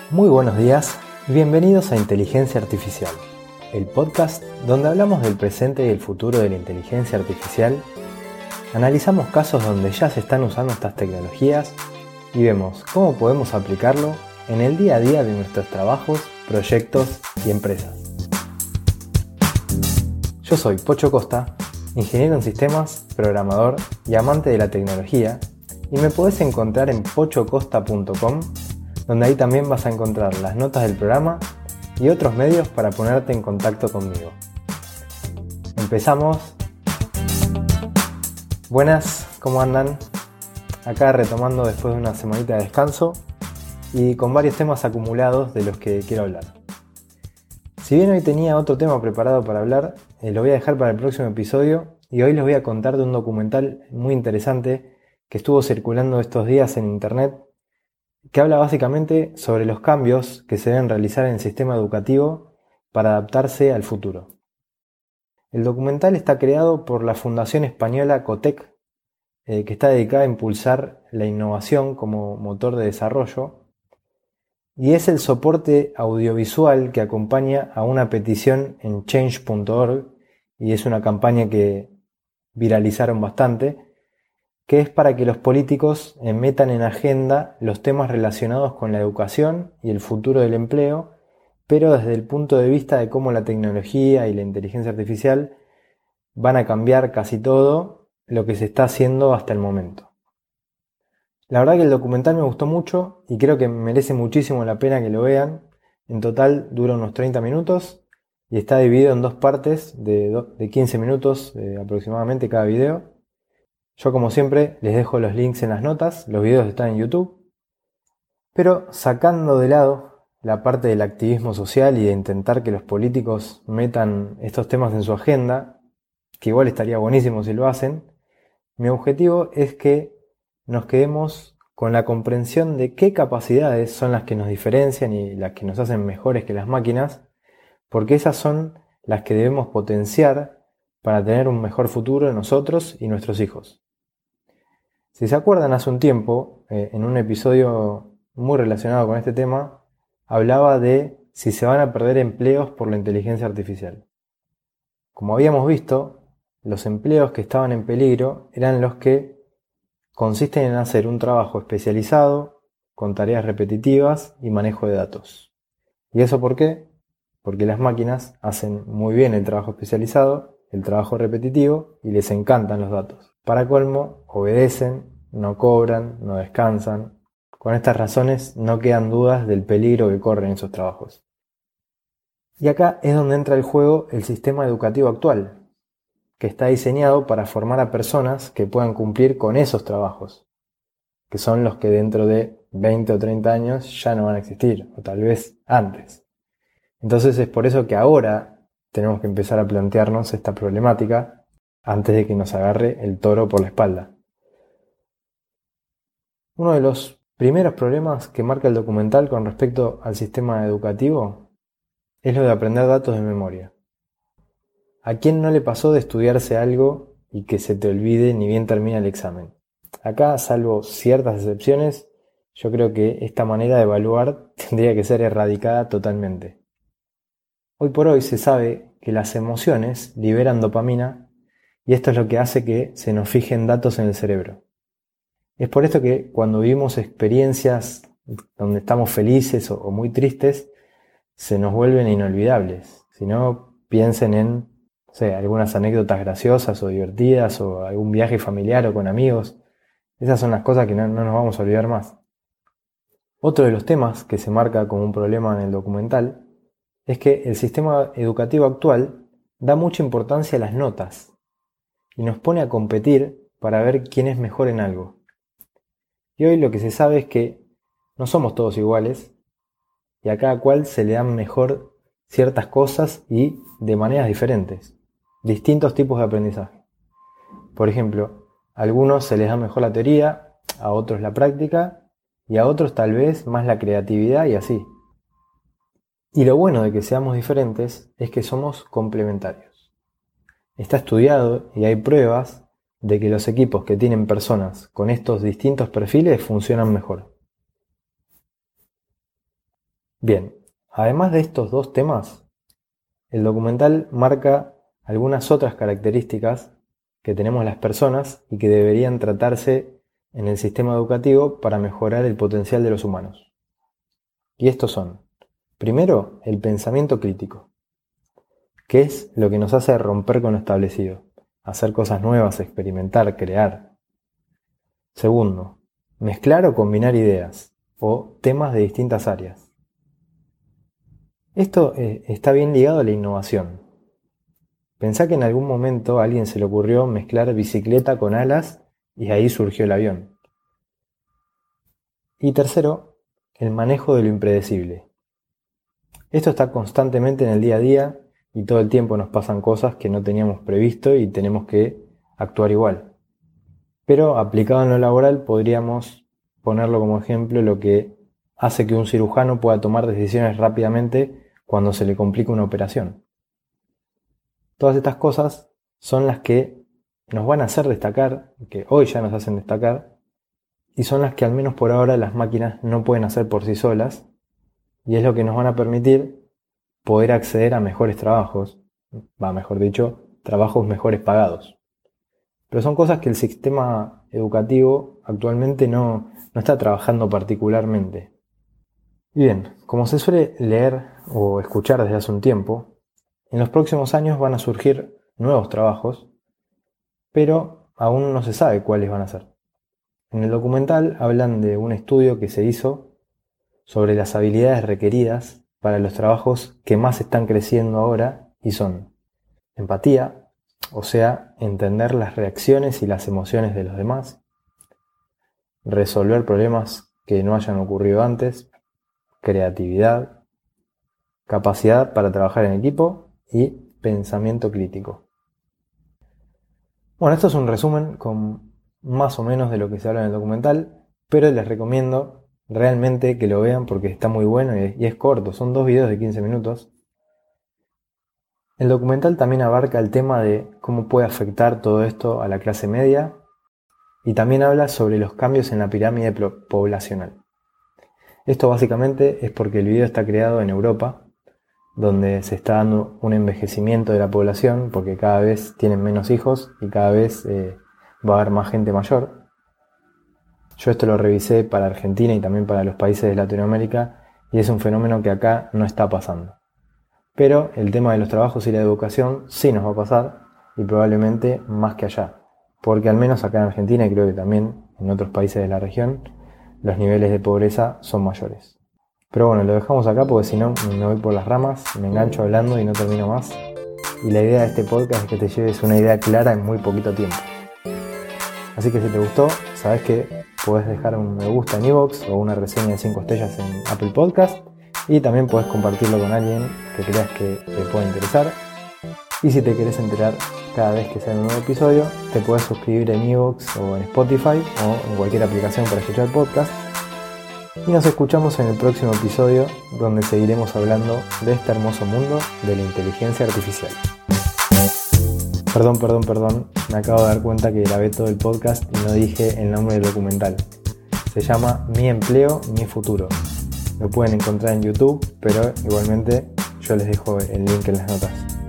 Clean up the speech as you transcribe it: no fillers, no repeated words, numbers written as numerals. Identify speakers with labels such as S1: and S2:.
S1: Muy buenos días y bienvenidos a Inteligencia Artificial, el podcast donde hablamos del presente y el futuro de la inteligencia artificial, analizamos casos donde ya se están usando estas tecnologías y vemos cómo podemos aplicarlo en el día a día de nuestros trabajos, proyectos y empresas. Yo soy Pocho Costa, ingeniero en sistemas, programador y amante de la tecnología, y me podés encontrar en pochocosta.com, donde ahí también vas a encontrar las notas del programa y otros medios para ponerte en contacto conmigo. Empezamos. Buenas, ¿cómo andan? Acá retomando después de una semanita de descanso y con varios temas acumulados de los que quiero hablar. Si bien hoy tenía otro tema preparado para hablar, lo voy a dejar para el próximo episodio y hoy les voy a contar de un documental muy interesante que estuvo circulando estos días en internet, que habla básicamente sobre los cambios que se deben realizar en el sistema educativo para adaptarse al futuro. El documental está creado por la Fundación Española COTEC, que está dedicada a impulsar la innovación como motor de desarrollo, y es el soporte audiovisual que acompaña a una petición en change.org, y es una campaña que viralizaron bastante, que es para que los políticos metan en agenda los temas relacionados con la educación y el futuro del empleo, pero desde el punto de vista de cómo la tecnología y la inteligencia artificial van a cambiar casi todo lo que se está haciendo hasta el momento. La verdad que el documental me gustó mucho y creo que merece muchísimo la pena que lo vean. En total dura unos 30 minutos y está dividido en dos partes de 15 minutos aproximadamente cada video. Yo, como siempre, les dejo los links en las notas, los videos están en YouTube. Pero sacando de lado la parte del activismo social y de intentar que los políticos metan estos temas en su agenda, que igual estaría buenísimo si lo hacen, mi objetivo es que nos quedemos con la comprensión de qué capacidades son las que nos diferencian y las que nos hacen mejores que las máquinas, porque esas son las que debemos potenciar para tener un mejor futuro nosotros y nuestros hijos. Si se acuerdan, hace un tiempo, en un episodio muy relacionado con este tema, hablaba de si se van a perder empleos por la inteligencia artificial. Como habíamos visto, los empleos que estaban en peligro eran los que consisten en hacer un trabajo especializado, con tareas repetitivas y manejo de datos. ¿Y eso por qué? Porque las máquinas hacen muy bien el trabajo especializado, el trabajo repetitivo, y les encantan los datos. Para colmo, obedecen, no cobran, no descansan. Con estas razones no quedan dudas del peligro que corren esos trabajos. Y acá es donde entra en juego el sistema educativo actual, que está diseñado para formar a personas que puedan cumplir con esos trabajos, que son los que dentro de 20 o 30 años ya no van a existir, o tal vez antes. Entonces es por eso que ahora tenemos que empezar a plantearnos esta problemática antes de que nos agarre el toro por la espalda. Uno de los primeros problemas que marca el documental con respecto al sistema educativo es lo de aprender datos de memoria. ¿A quién no le pasó de estudiarse algo y que se te olvide ni bien termina el examen? Acá, salvo ciertas excepciones, yo creo que esta manera de evaluar tendría que ser erradicada totalmente. Hoy por hoy se sabe que las emociones liberan dopamina y esto es lo que hace que se nos fijen datos en el cerebro. Es por esto que cuando vivimos experiencias donde estamos felices o muy tristes, se nos vuelven inolvidables. Si no, piensen en algunas anécdotas graciosas o divertidas o algún viaje familiar o con amigos. Esas son las cosas que no nos vamos a olvidar más. Otro de los temas que se marca como un problema en el documental es que el sistema educativo actual da mucha importancia a las notas y nos pone a competir para ver quién es mejor en algo. Y hoy lo que se sabe es que no somos todos iguales y a cada cual se le dan mejor ciertas cosas y de maneras diferentes. Distintos tipos de aprendizaje. Por ejemplo, a algunos se les da mejor la teoría, a otros la práctica y a otros tal vez más la creatividad y así. Y lo bueno de que seamos diferentes es que somos complementarios. Está estudiado y hay pruebas de que los equipos que tienen personas con estos distintos perfiles funcionan mejor. Bien, además de estos dos temas, el documental marca algunas otras características que tenemos las personas y que deberían tratarse en el sistema educativo para mejorar el potencial de los humanos. Y estos son, primero, el pensamiento crítico, que es lo que nos hace romper con lo establecido, hacer cosas nuevas, experimentar, crear. Segundo, mezclar o combinar ideas o temas de distintas áreas. Esto está bien ligado a la innovación. Pensá que en algún momento a alguien se le ocurrió mezclar bicicleta con alas y ahí surgió el avión. Y tercero, el manejo de lo impredecible. Esto está constantemente en el día a día y todo el tiempo nos pasan cosas que no teníamos previsto y tenemos que actuar igual. Pero aplicado en lo laboral podríamos ponerlo como ejemplo lo que hace que un cirujano pueda tomar decisiones rápidamente cuando se le complica una operación. Todas estas cosas son las que nos van a hacer destacar, que hoy ya nos hacen destacar, y son las que al menos por ahora las máquinas no pueden hacer por sí solas, y es lo que nos van a permitir poder acceder a mejores trabajos, mejor dicho, trabajos mejores pagados. Pero son cosas que el sistema educativo actualmente no está trabajando particularmente. Y bien, como se suele leer o escuchar desde hace un tiempo, en los próximos años van a surgir nuevos trabajos, pero aún no se sabe cuáles van a ser. En el documental hablan de un estudio que se hizo sobre las habilidades requeridas para los trabajos que más están creciendo ahora y son empatía, o sea, entender las reacciones y las emociones de los demás, resolver problemas que no hayan ocurrido antes, creatividad, capacidad para trabajar en equipo y pensamiento crítico. Bueno, esto es un resumen con más o menos de lo que se habla en el documental, pero les recomiendo realmente que lo vean porque está muy bueno y es corto, son 2 videos de 15 minutos. El documental también abarca el tema de cómo puede afectar todo esto a la clase media y también habla sobre los cambios en la pirámide poblacional. Esto básicamente es porque el video está creado en Europa, donde se está dando un envejecimiento de la población porque cada vez tienen menos hijos y cada vez va a haber más gente mayor. Yo esto lo revisé para Argentina y también para los países de Latinoamérica y es un fenómeno que acá no está pasando. Pero el tema de los trabajos y la educación sí nos va a pasar y probablemente más que allá, porque al menos acá en Argentina y creo que también en otros países de la región los niveles de pobreza son mayores. Pero bueno, lo dejamos acá porque si no me voy por las ramas, me engancho hablando y no termino más. Y la idea de este podcast es que te lleves una idea clara en muy poquito tiempo. Así que si te gustó, sabes que podés dejar un me gusta en iVoox o una reseña de 5 estrellas en Apple Podcast. Y también podés compartirlo con alguien que creas que te pueda interesar. Y si te querés enterar cada vez que sale un nuevo episodio, te podés suscribir en iVoox o en Spotify o en cualquier aplicación para escuchar podcast. Y nos escuchamos en el próximo episodio donde seguiremos hablando de este hermoso mundo de la inteligencia artificial. Perdón, me acabo de dar cuenta que grabé todo el podcast y no dije el nombre del documental. Se llama Mi empleo, mi futuro. Lo pueden encontrar en YouTube, pero igualmente yo les dejo el link en las notas.